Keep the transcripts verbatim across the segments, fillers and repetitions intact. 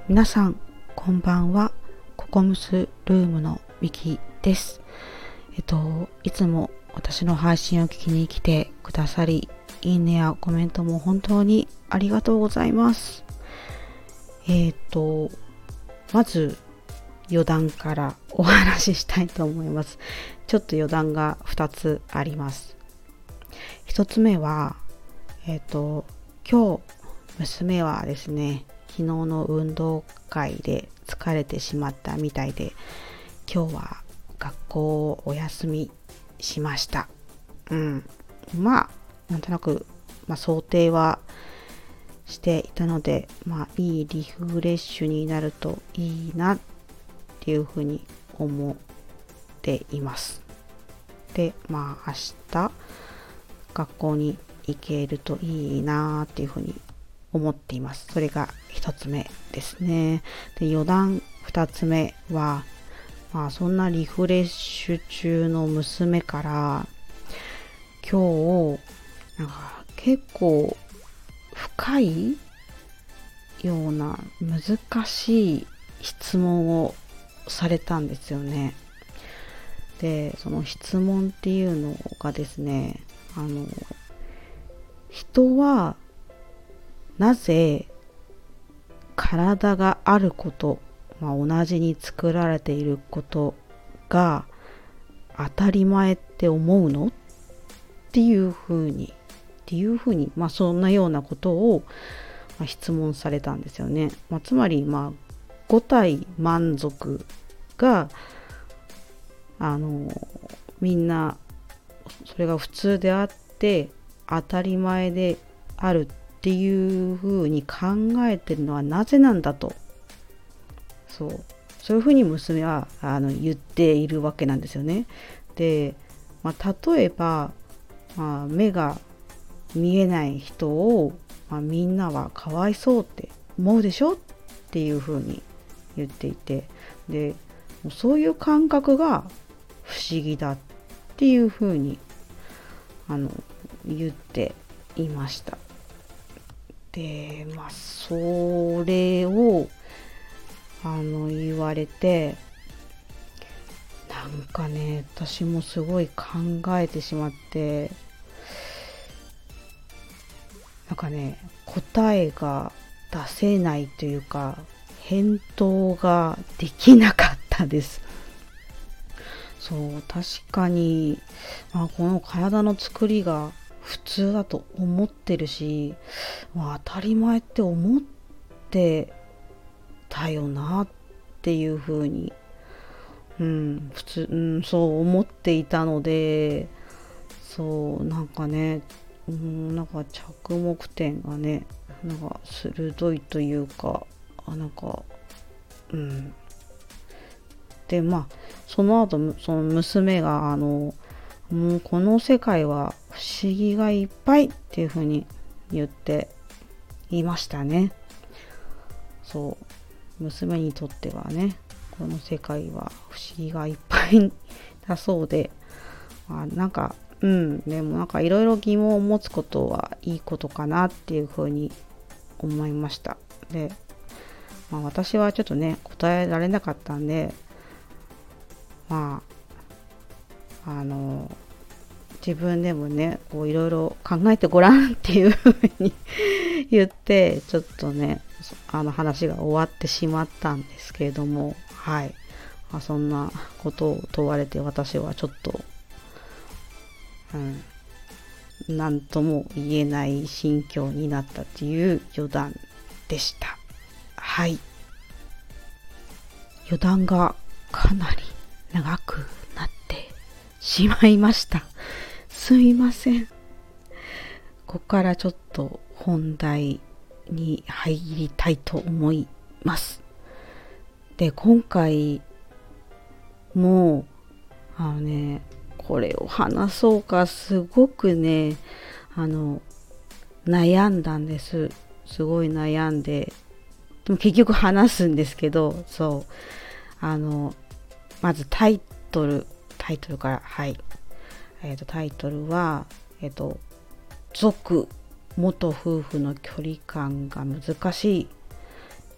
皆さんこんばんは。ココムスルームのミキです。えっといつも私の配信を聞きに来てくださり、いいねやコメントも本当にありがとうございます。えっとまず余談からお話ししたいと思います。ちょっと余談がふたつあります。ひとつめはえっと今日娘はですね、昨日の運動会で疲れてしまったみたいで、今日は学校をお休みしました。うん。まあ、なんとなく、まあ、想定はしていたので、まあ、いいリフレッシュになるといいなっていうふうに思っています。で、まあ、明日、学校に行けるといいなっていうふうに思っています。それが一つ目ですね。で、余談二つ目は、まあそんなリフレッシュ中の娘から今日なんか結構深いような難しい質問をされたんですよね。で、その質問っていうのがですね、あの人はなぜ体があること、まあ、同じに作られていることが当たり前って思うのっていうふうにっていうふうにまあそんなようなことを、まあ、質問されたんですよね。まあ、つまりまあ五体満足があのみんなそれが普通であって当たり前であるっていうふうに考えてるのはなぜなんだと、そうそういうふうに娘はあの言っているわけなんですよね。で、まあ、例えば、まあ、目が見えない人を、まあ、みんなはかわいそうって思うでしょっていうふうに言っていて、でそういう感覚が不思議だっていうふうにあの言っていました。で、まあそれをあの言われて、なんかね、私もすごい考えてしまって、なんかね、答えが出せないというか、返答ができなかったです。そう、確かに、まあ、この体の作りが普通だと思ってるし、まあ、当たり前って思ってたよなっていうふうに、うん、普通、うん、そう思っていたので、そうなんかね、うん、なんか着目点がね、なんか鋭いというか、あなんか、うん。で、まあその後その娘があの、もうこの世界は不思議がいっぱいっていう風に言っていましたね。そう、娘にとってはね、この世界は不思議がいっぱいだそうで、まあ、なんかうんでもなんかいろいろ疑問を持つことはいいことかなっていう風に思いました。で、まあ、私はちょっとね答えられなかったんで、まああの自分でもねこういろいろ考えてごらんっていう風に言ってちょっとねあの話が終わってしまったんですけれども、はい、まあ、そんなことを問われて私はちょっと、うん、なんとも言えない心境になったっていう余談でした。はい、余談がかなり長くなってしまいました。すいません。ここからちょっと本題に入りたいと思います。で、今回もあのね、これを話そうかすごくね、あの悩んだんです。すごい悩んで、でも結局話すんですけど、そうあのまずタイトルタイトルからはい、えー、とタイトルはえっ、ー、と族元夫婦の距離感が難しい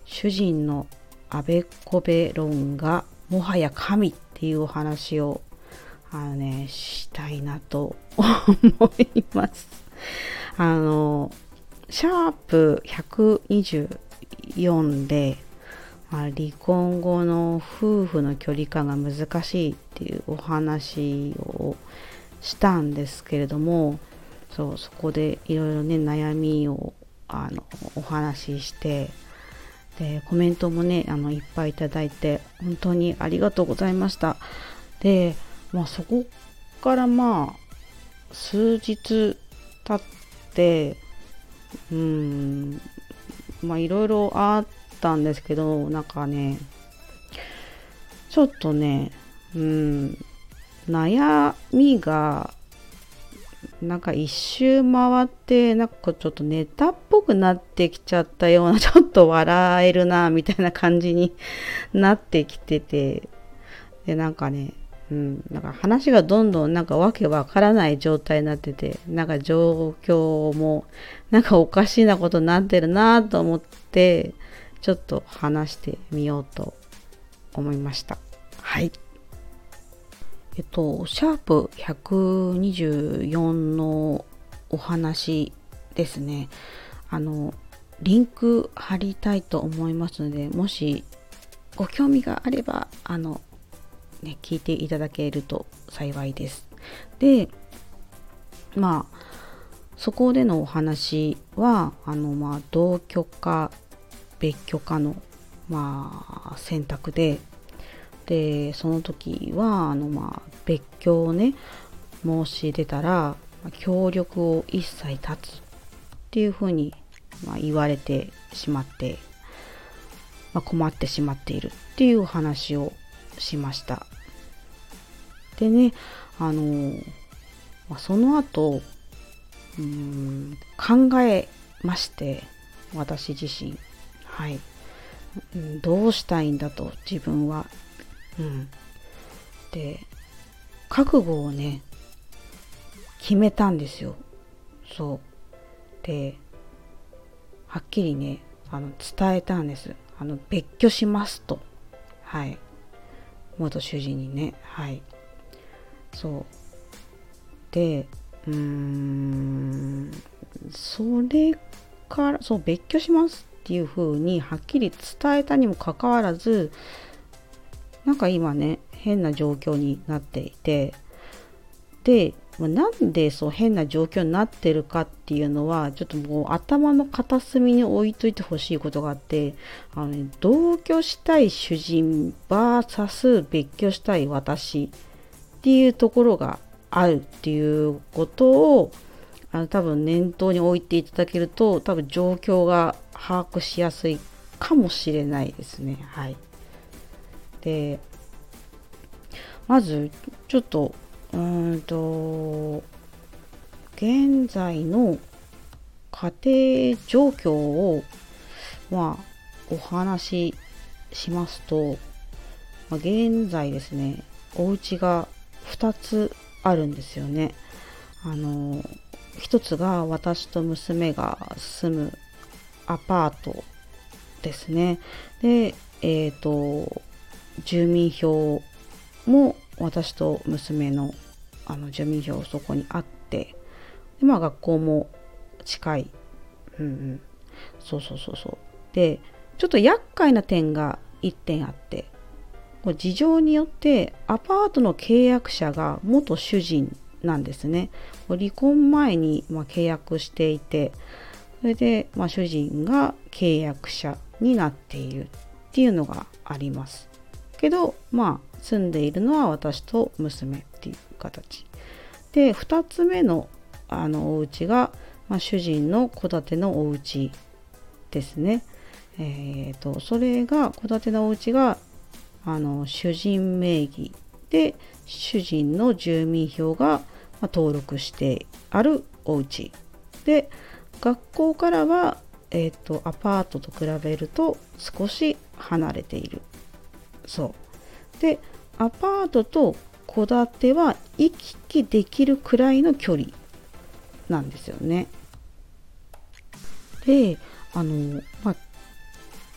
主人のあべこべ論がもはや神っていうお話をあのねしたいなと思います。あのシャープひゃくにじゅうよんで、まあ、離婚後の夫婦の距離感が難しいっていうお話をしたんですけれども、そうそこでいろいろね悩みをあのお話しして、でコメントもねあのいっぱいいただいて本当にありがとうございました。で、まあ、そこからまあ数日経ってうーんまあいろいろあったんですけど、なんかねちょっとねうん悩みがなんか一周回ってなんかちょっとネタっぽくなってきちゃったような、ちょっと笑えるなみたいな感じになってきてて、でなんかねうんなんか話がどんどんなんかわけわからない状態になってて、なんか状況もなんかおかしいなことになってるなと思ってちょっと話してみようと思いました。はい。えっと、シャープひゃくにじゅうよんのお話ですね。あの、リンク貼りたいと思いますので、もしご興味があれば、あの、ね、聞いていただけると幸いです。で、まあ、そこでのお話は、あの、まあ、同居か別居かの、まあ、選択で、でその時はあの、まあ、別居をね申し出たら協力を一切断つっていうふうに、まあ、言われてしまって、まあ、困ってしまっているっていう話をしました。でねあの、まあ、その後うーん考えまして、私自身はい、うん、どうしたいんだと自分はうん、で覚悟をね決めたんですよ。そうではっきりねあの伝えたんです。あの別居しますと、はい元主人にね。はいそうでうーんそれからそう別居しますっていう風にはっきり伝えたにもかかわらず、なんか今ね変な状況になっていて、でなんでそう変な状況になってるかっていうのはちょっともう頭の片隅に置いといてほしいことがあって、あの、ね、同居したい主人 ブイエス 別居したい私っていうところがあるっていうことをあの多分念頭に置いていただけると多分状況が把握しやすいかもしれないですね。はい。でまずちょっとうーんと現在の家庭状況をまあお話ししますと、まあ、現在ですねお家がふたつあるんですよね。あのひとつが私と娘が住むアパートですね。でえっと住民票も私と娘のあの住民票そこにあって、でまあ学校も近い、うんうん、そうそうそうそうでちょっと厄介な点がいってんあって、これ事情によってアパートの契約者が元主人なんですね。離婚前にまあ契約していて、それでまあ主人が契約者になっているっていうのがありますけど、まあ住んでいるのは私と娘っていう形で、ふたつめのあのお家が、まあ、主人の戸建てのお家ですね。えーとそれが戸建てのお家があの主人名義で主人の住民票が、まあ、登録してあるお家で、学校からは、えーとアパートと比べると少し離れている。そうでアパートと戸建ては行き来できるくらいの距離なんですよね。であの、まあ、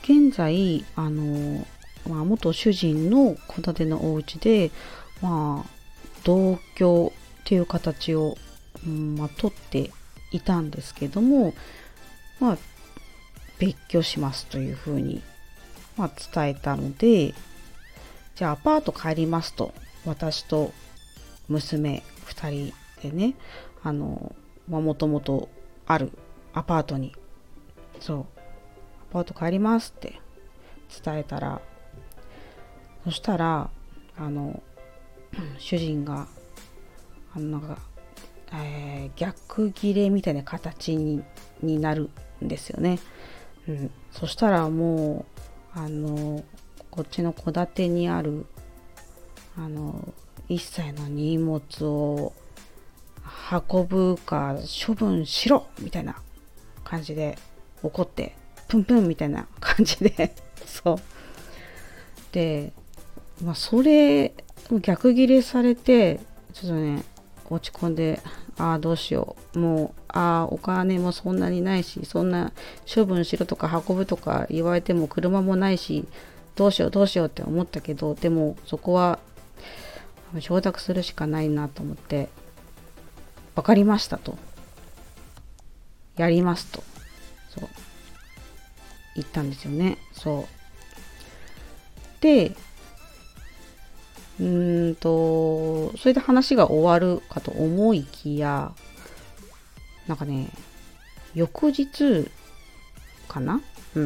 現在あの、まあ、元主人の戸建てのお家で、まあ、同居っていう形を、うんまあ、取っていたんですけども、まあ、別居しますというふうに、まあ、伝えたので、じゃあアパート帰りますと、私と娘ふたりでね、あの、まあ、もともとあるアパートに、そう、アパート帰りますって伝えたら、そしたら、あの、主人が、あの、なんか、えー、逆ギレみたいな形に、になるんですよね。うん、そしたらもう、あの、こっちの戸建てにある、あの、一切の荷物を運ぶか処分しろみたいな感じで怒って、プンプンみたいな感じで、そう。で、まあ、それ、逆ギレされて、ちょっとね、落ち込んで、ああ、どうしよう。もう、ああ、お金もそんなにないし、そんな処分しろとか運ぶとか言われても車もないし、どうしようどうしようって思ったけど、でもそこは承諾するしかないなと思って、わかりましたと。やりますと。そう。言ったんですよね。そう。で、うーんと、それで話が終わるかと思いきや、なんかね、翌日かなうん。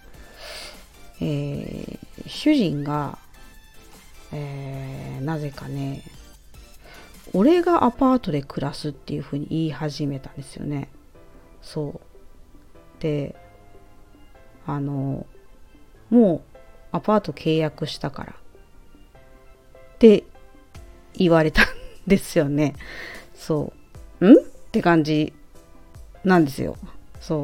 えー、主人が、えー、なぜかね、俺がアパートで暮らすっていう風に言い始めたんですよね。そう。で、あの、もうアパート契約したからって言われたんですよね。そう。んって感じなんですよ。そう。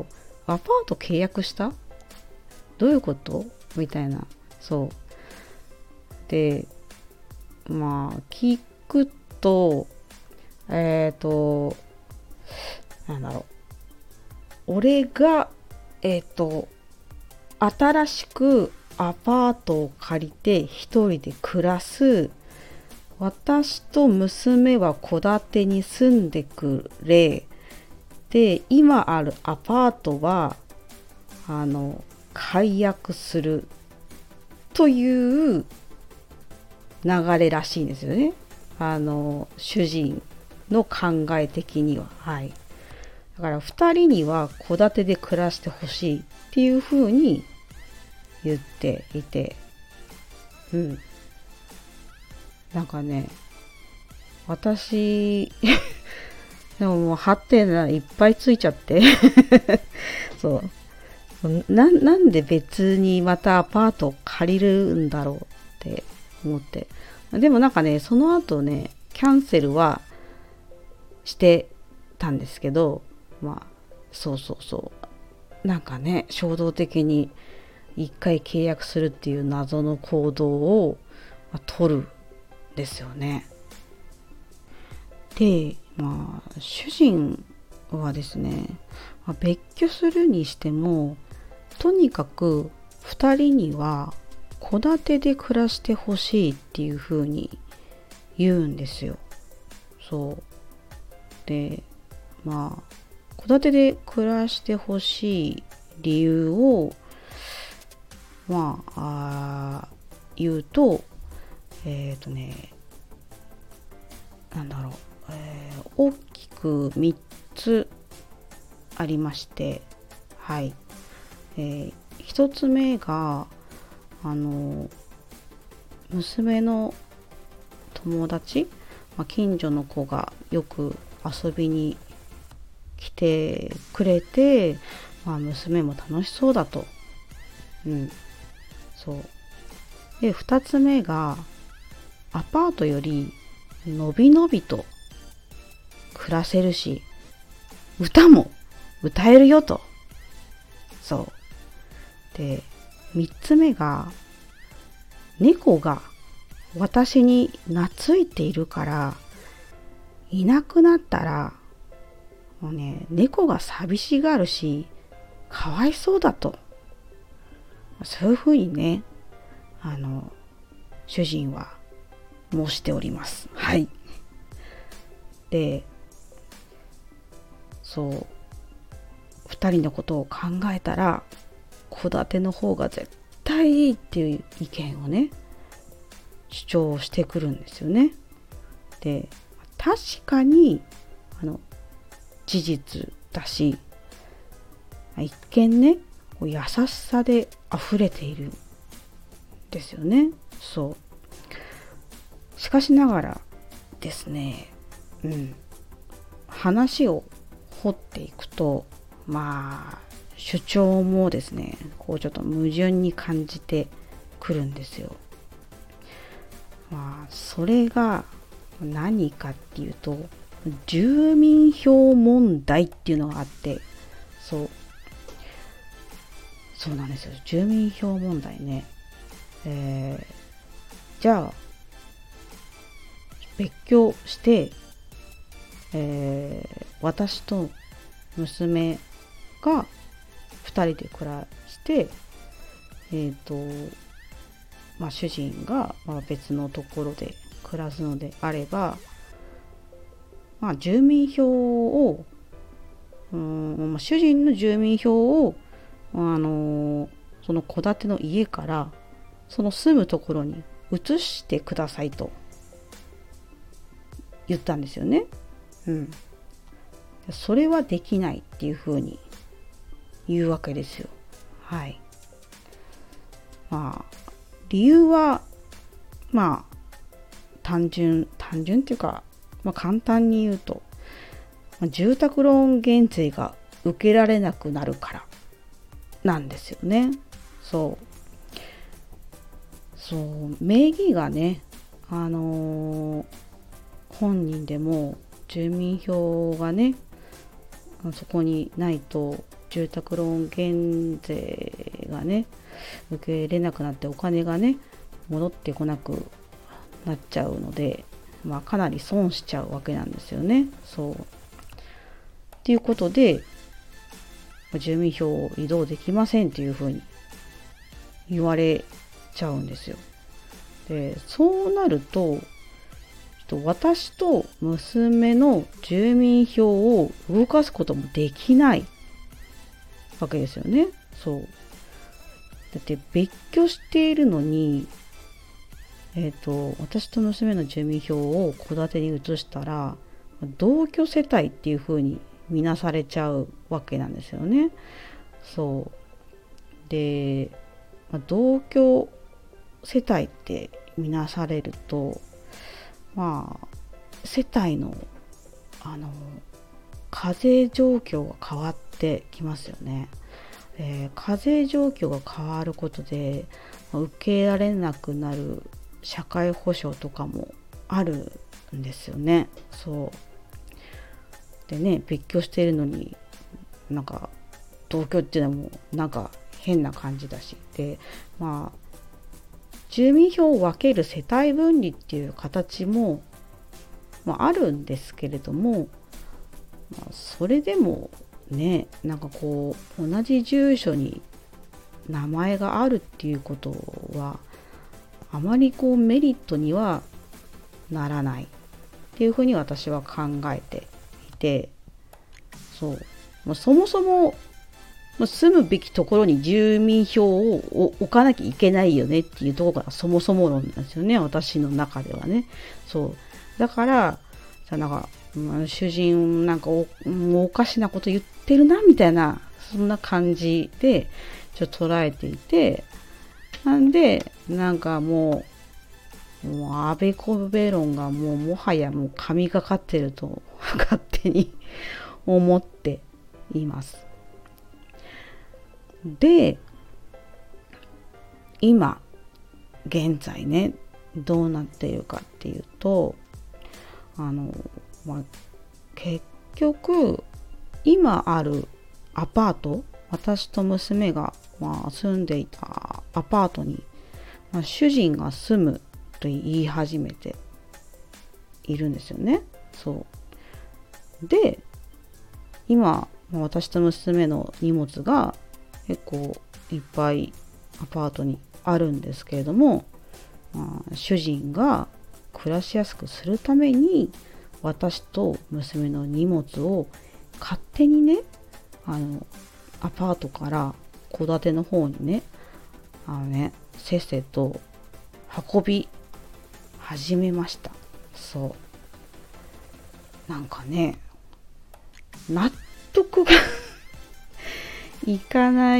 アパート契約したどういうことみたいな。そう。で、まあ、聞くと、えっと、なんだろう。俺が、えっと、新しくアパートを借りて一人で暮らす。私と娘は戸建てに住んでくれ。で、今あるアパートは、あの、解約するという流れらしいんですよね。あの、主人の考え的には。はい。だからふたりには戸建てで暮らしてほしいっていうふうに言っていて、うん。なんかね、私、でももうハテナいっぱいついちゃって、そう。な、なんで別にまたアパートを借りるんだろうって思って。でもなんかね、その後ね、キャンセルはしてたんですけど、まあ、そうそうそう。なんかね、衝動的に一回契約するっていう謎の行動を、まあ、取るんですよね。で、まあ、主人はですね、まあ、別居するにしても、とにかくふたりには戸建てで暮らしてほしいっていう風に言うんですよ。そう。で、まあ、戸建てで暮らしてほしい理由を、まあ、あ言うと、えっとね、なんだろう、えー大きくみっつありまして、はい。えー、ひとつめが、あの、娘の友達、まあ、近所の子がよく遊びに来てくれて、まあ、娘も楽しそうだと。うん。そう。で、ふたつめが、アパートよりのびのびと暮らせるし、歌も歌えるよと。そう。で、みっつめが、猫が私に懐いているから、いなくなったら、もうね、猫が寂しがるし、かわいそうだと。 そういうふうにね、あの主人は申しております。はい。で、そうふたりのことを考えたら戸建ての方が絶対いいっていう意見をね主張してくるんですよね。で、確かにあの事実だし、一見ね優しさで溢れているんですよね。そうしかしながらですね、うん、話を掘っていくと、まあ主張もですねこうちょっと矛盾に感じてくるんですよ。まあそれが何かっていうと、住民票問題っていうのがあって、そうそうなんですよ。住民票問題ね。えー、じゃあ別居して、えー、私と娘がふたりで暮らして、えっとまあ主人がまあ別のところで暮らすのであれば、まあ住民票をうーん、まあ、主人の住民票をあのーその戸建ての家からその住むところに移してくださいと言ったんですよね。うん。それはできないっていうふうに言うわけですよ。はい。まあ理由はまあ単純単純っていうか、まあ、簡単に言うと、まあ、住宅ローン減税が受けられなくなるからなんですよね。そうそう名義がね、あのー本人でも住民票がねそこにないと住宅ローン減税がね受け入れなくなってお金がね戻ってこなくなっちゃうので、まあ、かなり損しちゃうわけなんですよね。そうっていうことで住民票を移動できませんっていうふうに言われちゃうんですよ。でそうなると私と娘の住民票を動かすこともできないわけですよね。そうだって別居しているのに、えっと私と娘の住民票を戸建てに移したら同居世帯っていう風に見なされちゃうわけなんですよね。そうで、まあ、同居世帯って見なされると、まあ世帯のあの課税状況が変わってきますよね。えー、課税状況が変わることで受けられなくなる社会保障とかもあるんですよね。そうでね、別居しているのになんか同居っていうのもなんか変な感じだし、でまあ住民票を分ける世帯分離っていう形も、まあ、あるんですけれども、まあ、それでもね、なんかこう同じ住所に名前があるっていうことはあまりこうメリットにはならないっていうふうに私は考えていて、そう、まあ、そもそも住むべきところに住民票を置かなきゃいけないよねっていうところがそもそも論なんですよね、私の中ではね。そうだからさ、なんか主人なんか お, おかしなこと言ってるなみたいな、そんな感じでちょっと捉えていて、なんでなんかもうもうあべこべ論がもうもはやもう神がかってると勝手に思っています。で今現在ねどうなっているかっていうと、あの、まあ、結局今あるアパート、私と娘が、まあ、住んでいたアパートに、まあ、主人が住むと言い始めているんですよね。そうで今私と娘の荷物が結構いっぱいアパートにあるんですけれども、まあ、主人が暮らしやすくするために私と娘の荷物を勝手にね、あのアパートから戸建ての方にね、あのね、せっせと運び始めました。そうなんかね、納得がいかない、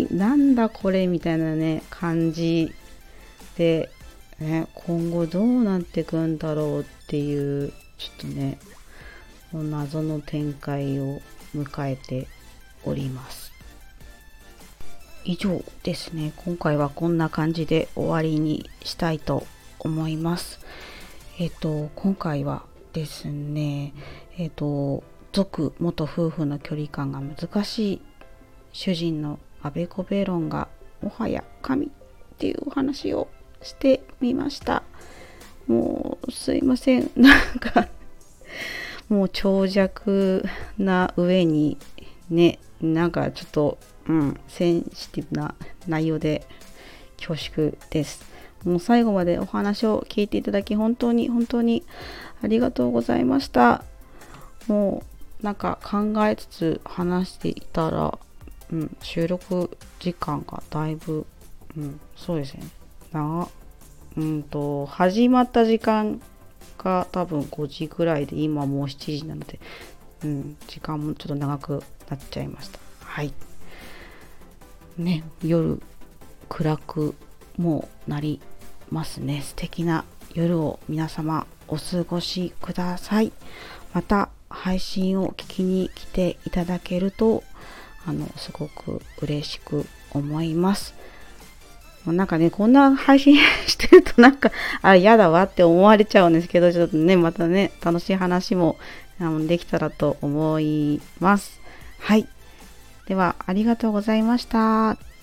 なんだこれみたいなね感じで、ね、今後どうなっていくんだろうっていう、ちょっとね謎の展開を迎えております。以上ですね。今回はこんな感じで終わりにしたいと思います。えっと今回はですね、えっと続元夫婦の距離感が難しい主人のあべこべ論がもはや神っていうお話をしてみました。もうすいません、なんかもう長尺な上にね、なんかちょっと、うん、センシティブな内容で恐縮です。もう最後までお話を聞いていただき本当に本当にありがとうございました。もうなんか考えつつ話していたら、うん、収録時間がだいぶ、うん、そうですね。なうんと始まった時間が多分ごじぐらいで、今もうしちじなので、うん、時間もちょっと長くなっちゃいました。はいね、夜暗くもうなりますね。素敵な夜を皆様お過ごしください。また配信を聞きに来ていただけると、あのすごく嬉しく思います。なんかね、こんな配信してるとなんか、あ、やだわって思われちゃうんですけど、ちょっとね、またね、楽しい話もできたらと思います。はい。では、ありがとうございました。